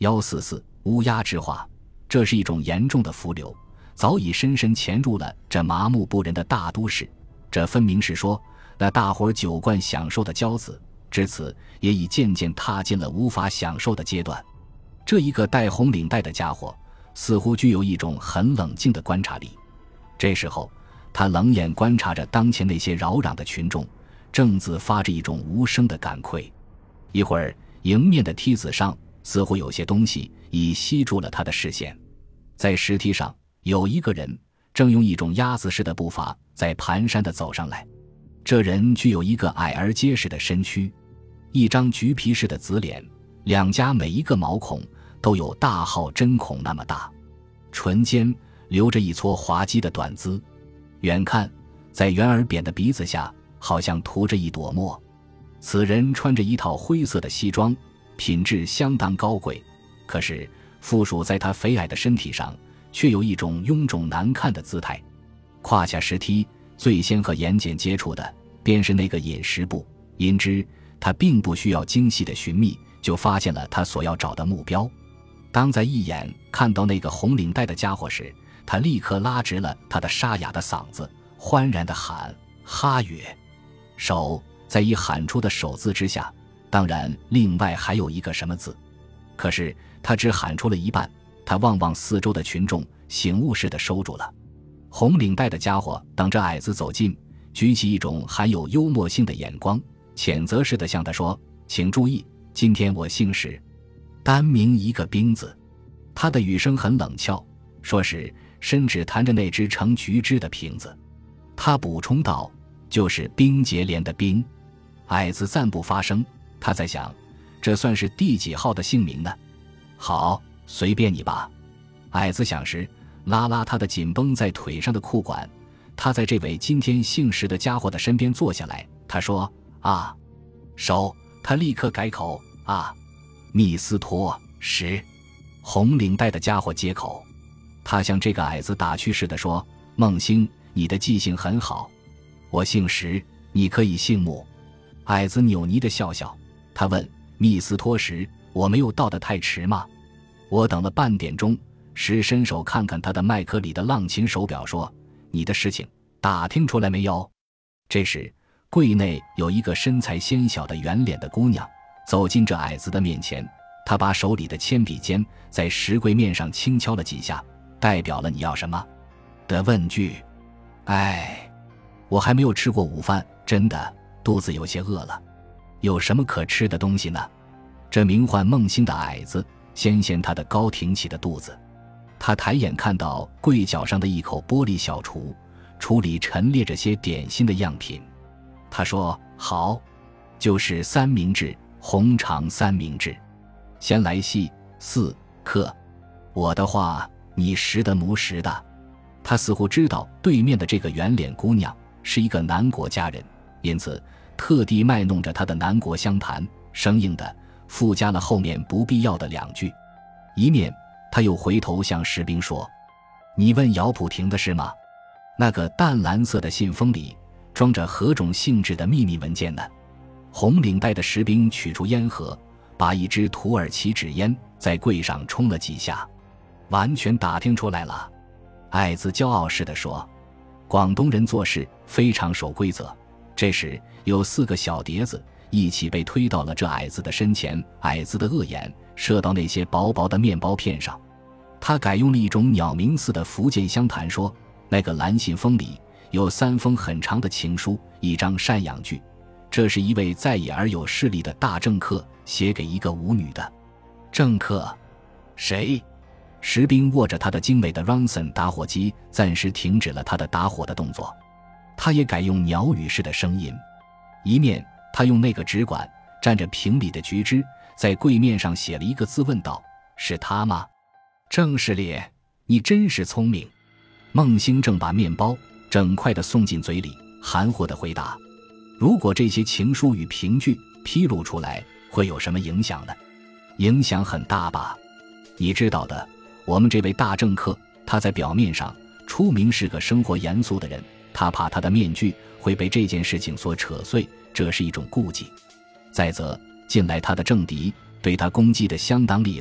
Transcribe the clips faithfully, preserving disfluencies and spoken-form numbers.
一四四乌鸦之话，这是一种严重的浮流，早已深深潜入了这麻木不仁的大都市。这分明是说，那大伙儿久惯享受的骄子，至此也已渐渐踏进了无法享受的阶段。这一个戴红领带的家伙，似乎具有一种很冷静的观察力。这时候，他冷眼观察着当前那些扰攘的群众，正自发着一种无声的感愧。一会儿，迎面的梯子上似乎有些东西已吸住了他的视线。在石梯上，有一个人正用一种鸭子式的步伐在蹒跚地走上来。这人具有一个矮而结实的身躯，一张橘皮似的紫脸，两颊每一个毛孔都有大号针孔那么大，唇间留着一撮滑稽的短姿，远看在圆而扁的鼻子下好像涂着一朵墨。此人穿着一套灰色的西装，品质相当高贵，可是附属在他肥矮的身体上却有一种臃肿难看的姿态。胯下石梯最先和眼睑接触的便是那个饮食部，因之他并不需要精细的寻觅，就发现了他所要找的目标。当在一眼看到那个红领带的家伙时，他立刻拉直了他的沙哑的嗓子，欢然地喊：哈约手。在一喊出的手字之下，当然另外还有一个什么字，可是他只喊出了一半。他望望四周的群众，醒悟似的收住了。红领带的家伙等着矮子走近，举起一种含有幽默性的眼光，谴责似的向他说：请注意，今天我姓石，单名一个冰字。他的语声很冷峭，说是伸指弹着那只盛橘汁的瓶子。他补充道：就是冰结连的冰。矮子暂不发声，他在想，这算是第几号的姓名呢？好，随便你吧。矮子想时，拉拉他的紧绷在腿上的裤管。他在这位今天姓石的家伙的身边坐下来，他说：啊，手。他立刻改口：啊，密斯托石。红领带的家伙接口，他向这个矮子打趣似的说：孟星，你的记性很好，我姓石，你可以姓穆。矮子扭捏地笑笑，他问：密斯托石，我没有到得太迟吗？我等了半点钟。石伸手看看他的麦克里的浪琴手表，说：你的事情打听出来没有？这时柜内有一个身材纤小的圆脸的姑娘走进这矮子的面前，她把手里的铅笔尖在石柜面上轻敲了几下，代表了你要什么的问句。哎，我还没有吃过午饭，真的肚子有些饿了，有什么可吃的东西呢？这名唤孟星的矮子先掀他的高挺起的肚子，他抬眼看到柜角上的一口玻璃小橱，橱里陈列着些点心的样品。他说：好，就是三明治，红肠三明治，先来细四克。我的话你识得母识的。他似乎知道对面的这个圆脸姑娘是一个南国家人，因此特地卖弄着他的南国湘谈，生硬的附加了后面不必要的两句。一面他又回头向士兵说：你问姚普廷的事吗？那个淡蓝色的信封里装着何种性质的秘密文件呢？红领带的士兵取出烟盒，把一支土耳其纸烟在柜上冲了几下。完全打听出来了。矮子骄傲似的说，广东人做事非常守规则。这时有四个小碟子一起被推到了这矮子的身前，矮子的恶眼射到那些薄薄的面包片上。他改用了一种鸟鸣似的福建湘谈说，那个蓝信封里有三封很长的情书，一张赡养据，这是一位在野而有势力的大政客写给一个舞女的。政客？谁？士兵握着他的精美的 Ronson 打火机，暂时停止了他的打火的动作。他也改用鸟语式的声音。一面他用那个纸管蘸着瓶里的橘汁，在柜面上写了一个字，问道：是他吗？正是咧，你真是聪明。孟星正把面包整块的送进嘴里，含糊地回答：如果这些情书与凭据披露出来，会有什么影响呢？影响很大吧。你知道的，我们这位大政客，他在表面上出名是个生活严肃的人，他怕他的面具会被这件事情所扯碎，这是一种顾忌。再则近来他的政敌对他攻击得相当厉害，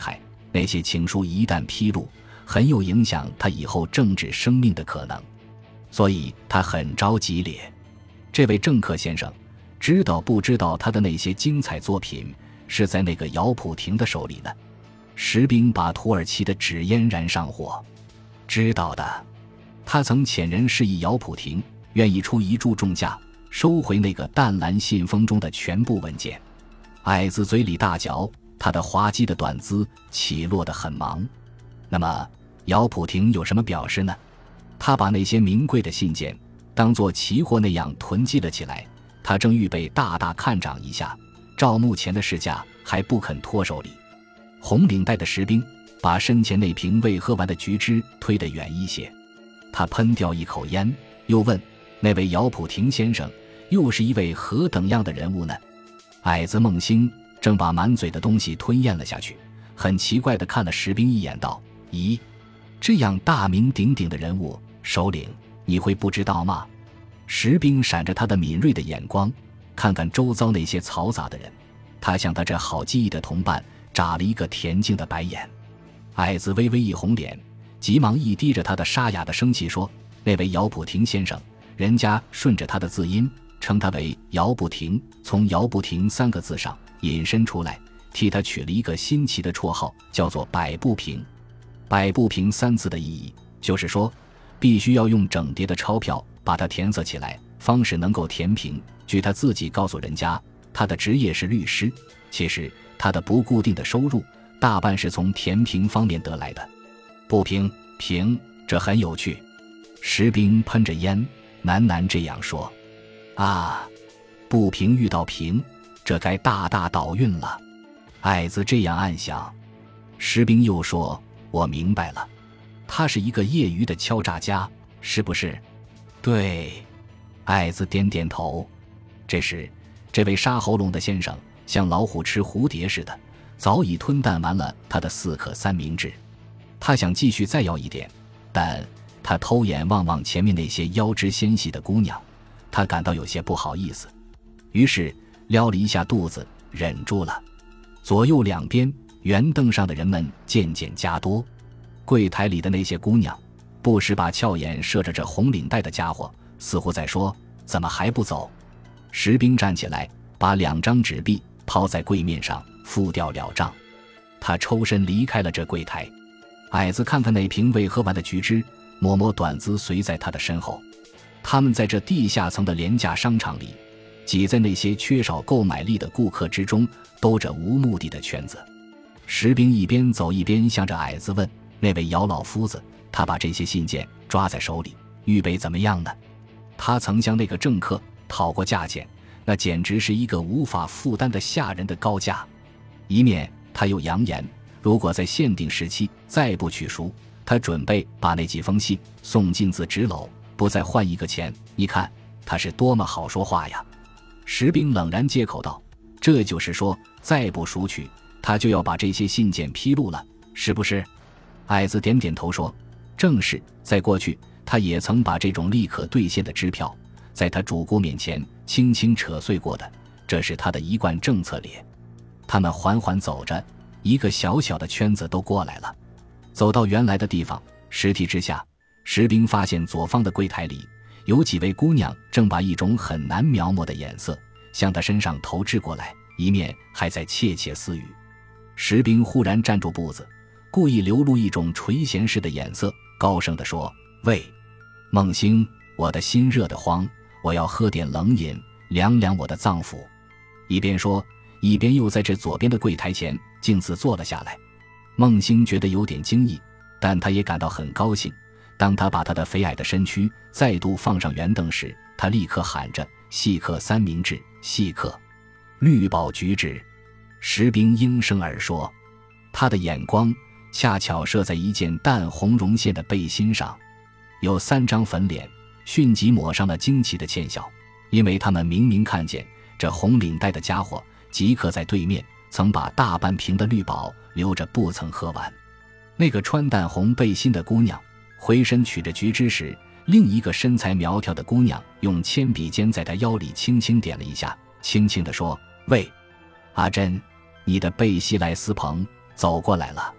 那些情书一旦披露，很有影响他以后政治生命的可能，所以他很着急咧。这位政客先生知道不知道他的那些精彩作品是在那个姚普廷的手里呢？石兵把土耳其的纸烟燃上火。知道的，他曾遣人示意姚普廷愿意出一注重价收回那个淡蓝信封中的全部文件。矮子嘴里大嚼，他的滑稽的短姿起落得很忙。那么姚普廷有什么表示呢？他把那些名贵的信件当作奇货那样囤积了起来，他正预备大大看涨一下，照目前的市价还不肯脱手里。红领带的士兵把身前那瓶未喝完的橘汁推得远一些，他喷掉一口烟，又问那位姚普廷先生又是一位何等样的人物呢？矮子孟兴正把满嘴的东西吞咽了下去，很奇怪地看了士兵一眼，道：咦，这样大名鼎鼎的人物，首领你会不知道吗？士兵闪着他的敏锐的眼光，看看周遭那些嘈杂的人，他向他这好记忆的同伴眨了一个恬静的白眼。矮子微微一红脸，急忙一低着他的沙哑的声气说：那位姚普廷先生，人家顺着他的字音称他为姚不停，从姚不停三个字上引申出来，替他取了一个新奇的绰号，叫做百不平。百不平三字的意义就是说，必须要用整叠的钞票把它填塞起来，方使能够填平。据他自己告诉人家，他的职业是律师，其实他的不固定的收入大半是从填平方面得来的。不平平，这很有趣。士兵喷着烟喃喃这样说。啊，不平遇到平，这该大大倒运了。矮子这样暗想。士兵又说：我明白了，他是一个业余的敲诈家，是不是？对。矮子点点头。这时这位杀喉咙的先生像老虎吃蝴蝶似的，早已吞啖完了他的四颗三明治。他想继续再要一点，但他偷眼望望前面那些腰肢纤细的姑娘，他感到有些不好意思，于是撩了一下肚子，忍住了。左右两边圆凳上的人们渐渐加多，柜台里的那些姑娘不时把俏眼射着这红领带的家伙，似乎在说：怎么还不走？士兵站起来，把两张纸币抛在柜面上，付掉了账。他抽身离开了这柜台。矮子看看那瓶未喝完的橘汁，摸摸短姿随在他的身后。他们在这地下层的廉价商场里，挤在那些缺少购买力的顾客之中，兜着无目的的圈子。士兵一边走一边向着矮子问：那位姚老夫子，他把这些信件抓在手里，预备怎么样呢？他曾向那个政客讨过价钱，那简直是一个无法负担的吓人的高价。一面他又扬言，如果在限定时期再不取赎，他准备把那几封信送进字纸篓，不再换一个钱。你看他是多么好说话呀！士兵冷然接口道：这就是说，再不赎取，他就要把这些信件披露了，是不是？矮子点点头说：正是。在过去，他也曾把这种立刻兑现的支票在他主顾面前轻轻扯碎过的，这是他的一贯政策咧。他们缓缓走着，一个小小的圈子都过来了。走到原来的地方，石梯之下，士兵发现左方的柜台里有几位姑娘正把一种很难描摹的眼色向他身上投掷过来，一面还在窃窃私语。士兵忽然站住步子，故意流露一种垂涎式的眼色，高声地说：喂，孟兴，我的心热得慌，我要喝点冷饮凉凉我的脏腑。一边说，一边又在这左边的柜台前径自坐了下来。孟兴觉得有点惊异，但他也感到很高兴。当他把他的肥矮的身躯再度放上圆凳时，他立刻喊着：细客三明治，细客绿宝橘汁。士兵应声而说，他的眼光恰巧射在一件淡红绒线的背心上，有三张粉脸，迅即抹上了惊奇的欠笑，因为他们明明看见这红领带的家伙即刻在对面曾把大半瓶的绿宝留着不曾喝完。那个穿淡红背心的姑娘回身取着橘汁时，另一个身材苗条的姑娘用铅笔尖在她腰里轻轻点了一下，轻轻地说：喂，阿珍，你的贝西莱斯彭走过来了。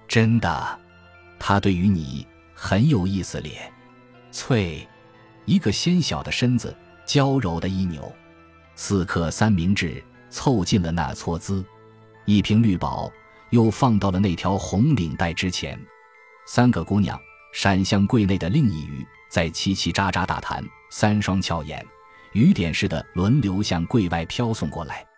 真的，他对于你很有意思咧。翠，一个纤小的身子，娇柔的衣纽，四克三明治凑近了那撮姿，一瓶绿宝又放到了那条红领带之前。三个姑娘闪向柜内的另一隅，在叽叽喳喳大谈，三双俏眼雨点似的轮流向柜外飘送过来。